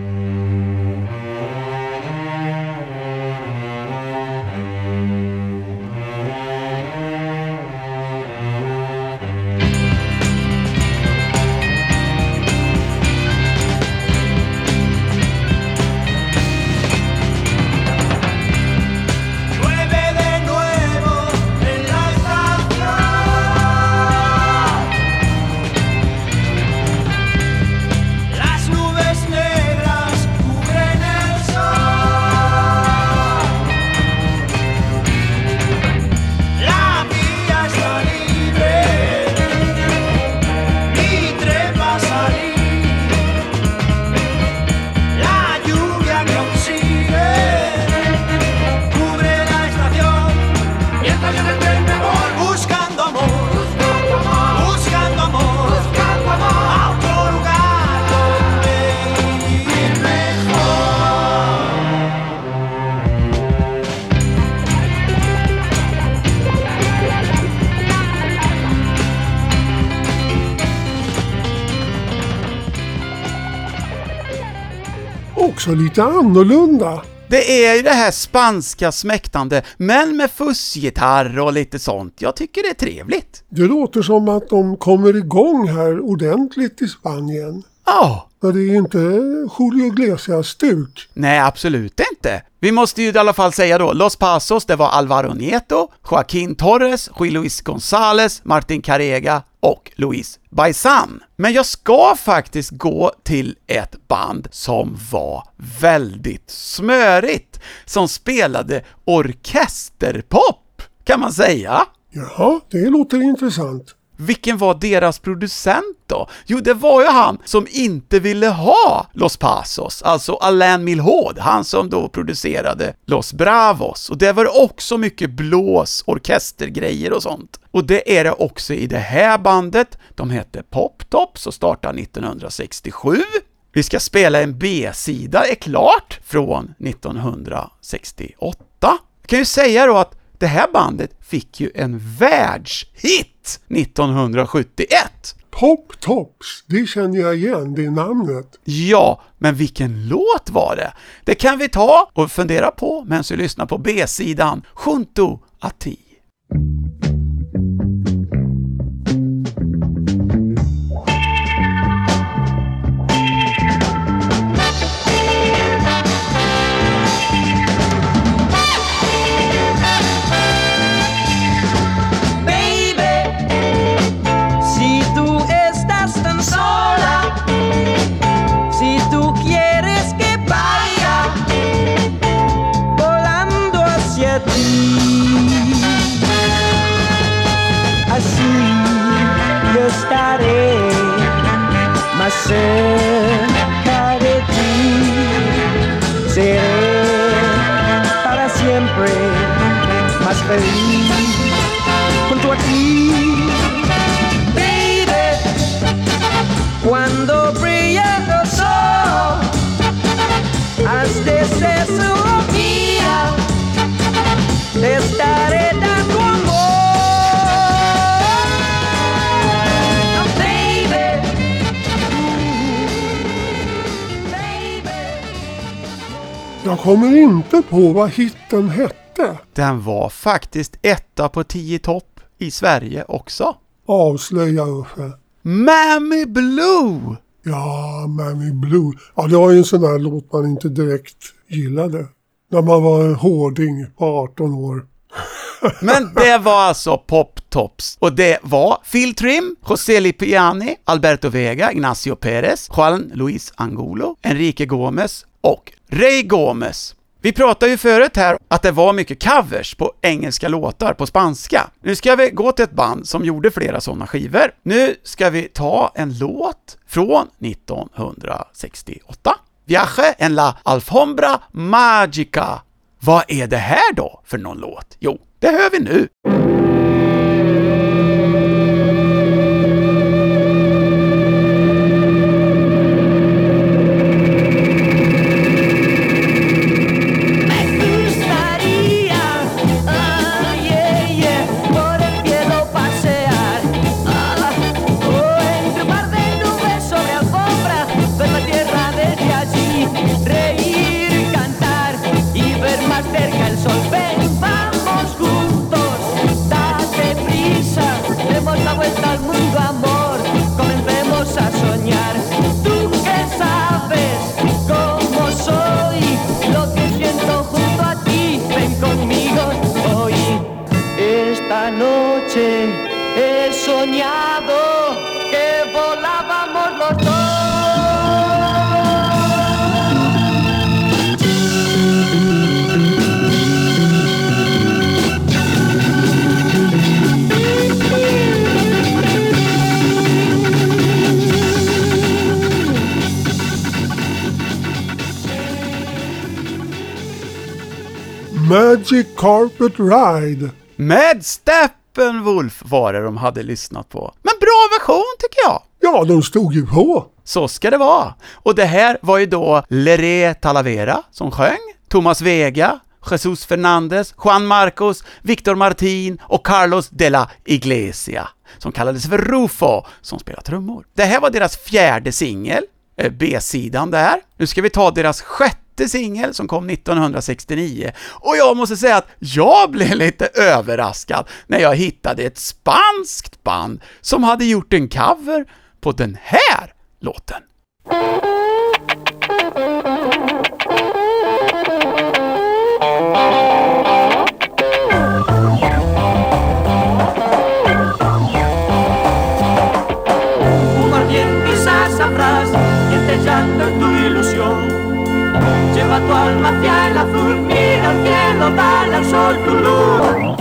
Också lite annorlunda. Det är ju det här spanska smäktande, men med fussgitarr och lite sånt. Jag tycker det är trevligt. Det låter som att de kommer igång här ordentligt i Spanien. Ja. Men det är ju inte Julio Iglesias-stuk. Nej, absolut inte. Vi måste ju i alla fall säga då, Los Pasos, det var Alvaro Nieto, Joaquín Torres, José Luis González, Martin Carrega och Luis Baizán. Men jag ska faktiskt gå till ett band som var väldigt smörigt, som spelade orkesterpop, kan man säga. Jaha, det låter intressant. Vilken var deras producent då? Jo, det var ju han som inte ville ha Los Pasos, alltså Alain Milhaud, han som då producerade Los Bravos. Och det var också mycket blås, orkestergrejer och sånt. Och det är det också i det här bandet. De hette Pop Tops och startade 1967. Vi ska spela en B-sida, är klart, från 1968. Jag kan ju säga då att det här bandet fick ju en världshit 1971. Pop Tops, det känner jag igen, det namnet. Ja, men vilken låt var det? Det kan vi ta och fundera på medan vi lyssnar på B-sidan Junto a ti. Sola, si tú quieres que cerca de ti seré para siempre más feliz junto a ti, baby. Cuando brilla el sol, haz de ser su mía, te estaré dando amor, baby, baby. Jag kommer inte på vad hitten hette. Den var faktiskt 1 på 10 topp i Sverige också. Avslöja Uffe. Mammy Blue! Ja, Mammy Blue. Ja, det var ju en sån där låt man inte direkt gillade. När man var en hårding på 18 år. Men det var alltså Pop Tops. Och det var Phil Trim, José Lipiani, Alberto Vega, Ignacio Pérez, Juan Luis Angulo, Enrique Gómez och Ray Gómez. Vi pratade ju förut här att det var mycket covers på engelska låtar på spanska. Nu ska vi gå till ett band som gjorde flera sådana skivor. Nu ska vi ta en låt från 1968. Viaje en la Alfombra Magica. Vad är det här då för någon låt? Jo, det hör vi nu. He soñado que volábamos los dos. Magic Carpet Ride. Med Steppenwolf var det de hade lyssnat på. Men bra version tycker jag. Ja, de stod ju på. Så ska det vara. Och det här var ju då Leré Talavera som sjöng, Thomas Vega, Jesus Fernandez, Juan Marcos, Victor Martin och Carlos de la Iglesia som kallades för Rufo som spelar trummor. Det här var deras 4:e singel, B-sidan där. Nu ska vi ta deras 6:e singel som kom 1969 och jag måste säga att jag blev lite överraskad när jag hittade ett spanskt band som hade gjort en cover på den här låten. Lleva tu alma hacia el azul, mira al cielo, dale al sol tu luz.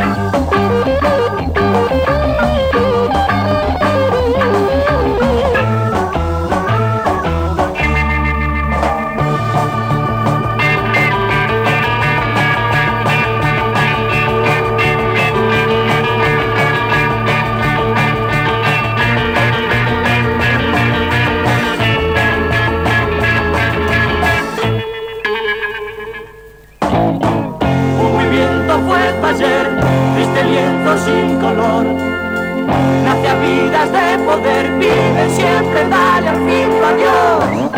Este lienzo sin color nace a vidas de poder, vive siempre, dale al fin tu adiós.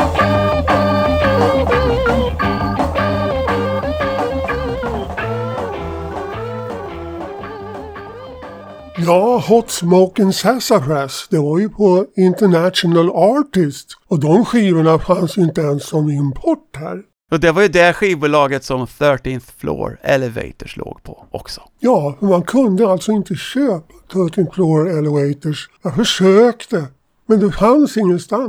Ja, Hot Smokin' Sassafras, det var ju på International Artist och de skivorna fanns ju inte ens som import här. Och det var ju det skivbolaget som 13th Floor Elevators låg på också. Ja, man kunde alltså inte köpa 13th Floor Elevators. Jag försökte, men det fanns ingenstans.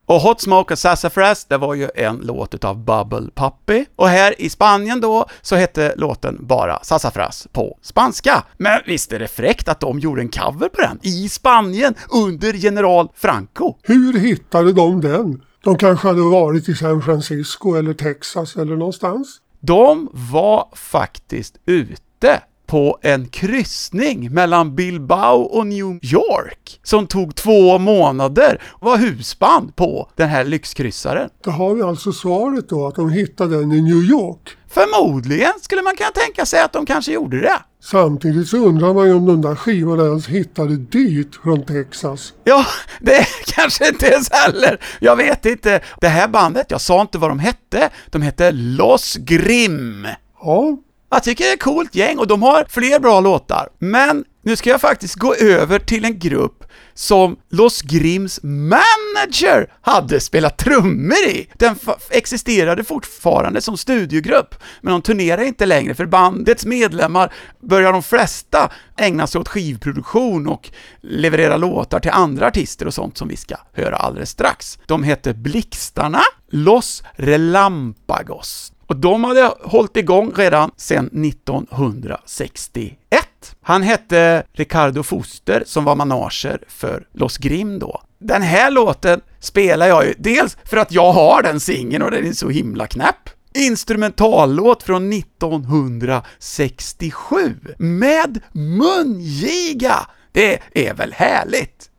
Och Hot Smoke och Sassafras, det var ju en låt av Bubble Puppy. Och här i Spanien då så hette låten bara Sassafras på spanska. Men visst är det fräckt att de gjorde en cover på den i Spanien under general Franco. Hur hittade de den? De kanske hade varit i San Francisco eller Texas eller någonstans. De var faktiskt ute på en kryssning mellan Bilbao och New York som tog 2 månader och var husband på den här lyxkryssaren. Då har vi alltså svaret då, att de hittade den i New York. Förmodligen skulle man kunna tänka sig att de kanske gjorde det. Samtidigt så undrar man ju om de där skivorna ens hittade dit från Texas. Ja, det kanske inte ens heller. Jag vet inte. Det här bandet, jag sa inte vad de hette. De hette Los Grimm. Ja. Jag tycker det är ett coolt gäng och de har fler bra låtar. Men nu ska jag faktiskt gå över till en grupp som Los Grimms manager hade spelat trummor i. Den existerade fortfarande som studiogrupp, men de turnerar inte längre för bandets medlemmar börjar de flesta ägna sig åt skivproduktion och leverera låtar till andra artister och sånt som vi ska höra alldeles strax. De heter Blixtarna, Los Relámpagos. Och de hade hållit igång redan sedan 1961. Han hette Ricardo Foster som var manager för Los Grimm då. Den här låten spelar jag ju dels för att jag har den singeln och den är så himla knäpp. Instrumentallåt från 1967 med mungiga. Det är väl härligt?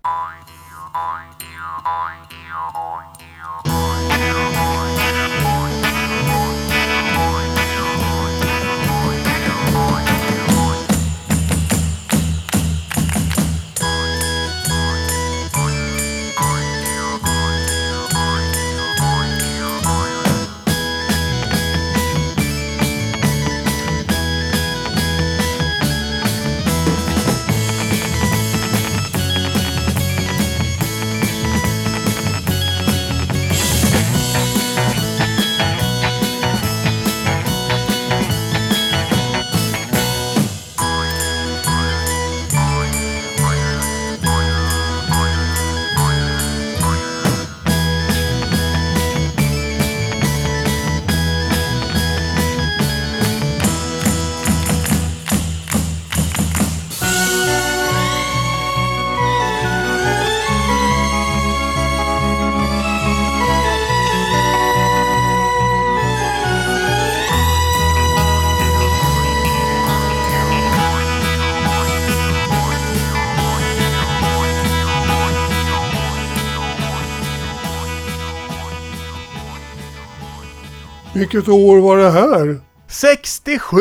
Vilket år var det här? 67!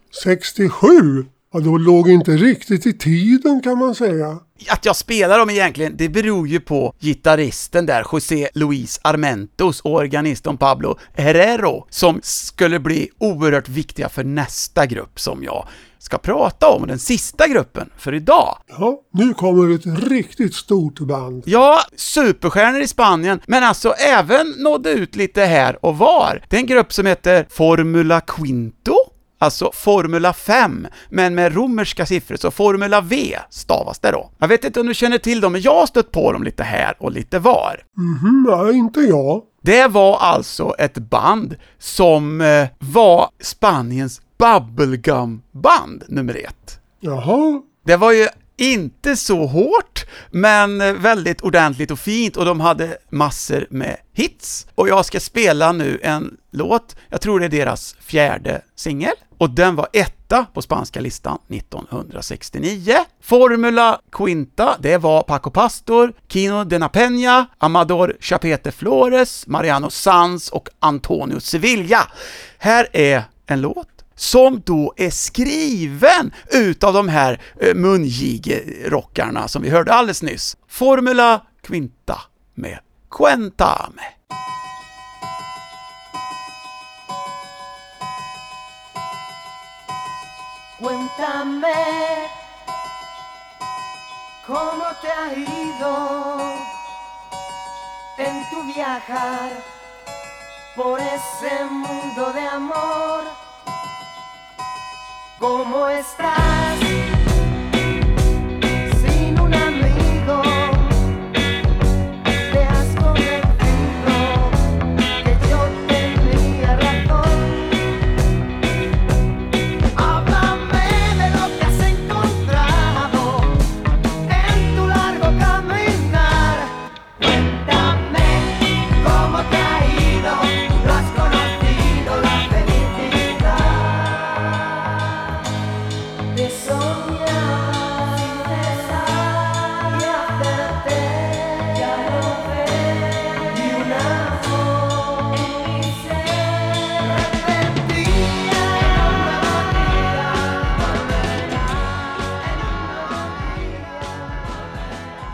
67? Ja, då låg inte riktigt i tiden kan man säga. Att jag spelar dem egentligen, det beror ju på gitarristen där, José Luis Armentos, och organisten Pablo Herrero, som skulle bli oerhört viktiga för nästa grupp som jag ska prata om, den sista gruppen för idag. Ja, nu kommer ett riktigt stort band. Ja, superstjärnor i Spanien, men alltså även nådde ut lite här och var. Det är en grupp som heter Formula Quinto, alltså Formula 5, men med romerska siffror, så Formula V stavas det då. Jag vet inte om du känner till dem, men jag har stött på dem lite här och lite var. Nej, inte jag. Det var alltså ett band som var Spaniens bubblegum-band nummer 1. Jaha. Det var ju inte så hårt, men väldigt ordentligt och fint, och de hade massor med hits. Och jag ska spela nu en låt, jag tror det är deras 4:e singel, och den var 1:a på spanska listan 1969. Formula Quinta, det var Paco Pastor, Kino de la Peña, Amador Chapete Flores, Mariano Sanz och Antonio Sevilla. Här är en låt som då är skriven utav de här mungigerockarna som vi hörde alldeles nyss. Formula Quinta med Cuéntame. Cuéntame cómo te ha ido en tu viajar por ese mundo de amor. ¿Cómo estás sin un amigo? Te has convertido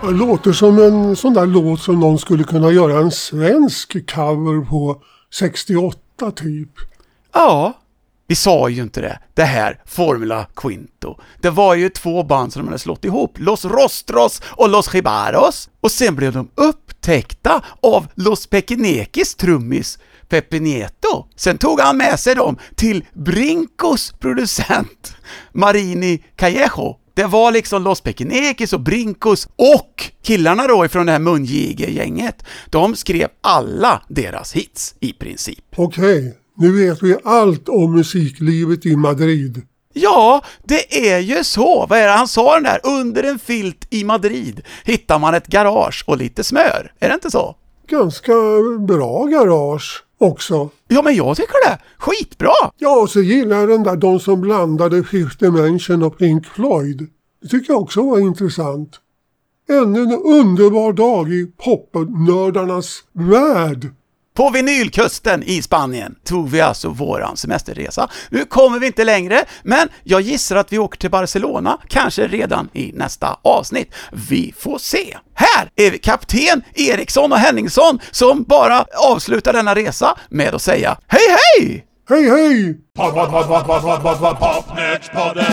Det låter som en sån där låt som någon skulle kunna göra en svensk cover på 68 typ. Ja, vi sa ju inte det. Det här, Formula Quinto. Det var ju 2 band som de hade slått ihop. Los Rostros och Los Jibaros. Och sen blev de upptäckta av Los Pequenequis trummis Pepe Nieto. Sen tog han med sig dem till Brincos producent Marini Callejo. Det var liksom Los Pequenequis och Brincos och killarna då ifrån det här Mungiger-gänget. De skrev alla deras hits i princip. Okej, nu vet vi allt om musiklivet i Madrid. Ja, det är ju så. Vad är det han sa den där? Under en filt i Madrid hittar man ett garage och lite smör. Är det inte så? Ganska bra garage också. Ja, men jag tycker det. Skitbra. Ja, och så gillar jag den där de som blandade Fifth Dimension och Pink Floyd. Det tycker jag också var intressant. Ännu en underbar dag i popnördarnas värld. På vinylkusten i Spanien tog vi alltså våran semesterresa. Nu kommer vi inte längre, men jag gissar att vi åker till Barcelona, kanske redan i nästa avsnitt. Vi får se. Här är vi kapten Eriksson och Henningsson som bara avslutar denna resa med att säga hej hej! Hej hej! Popnördspodden.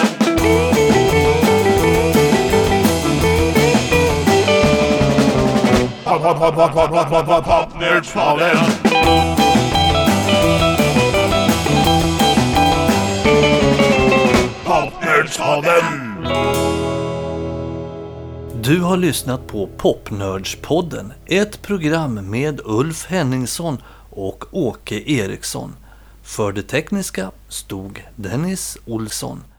Popnördspodden. Popnördspodden. Du har lyssnat på Popnördspodden, ett program med Ulf Henningsson och Åke Eriksson. För det tekniska stod Dennis Olsson.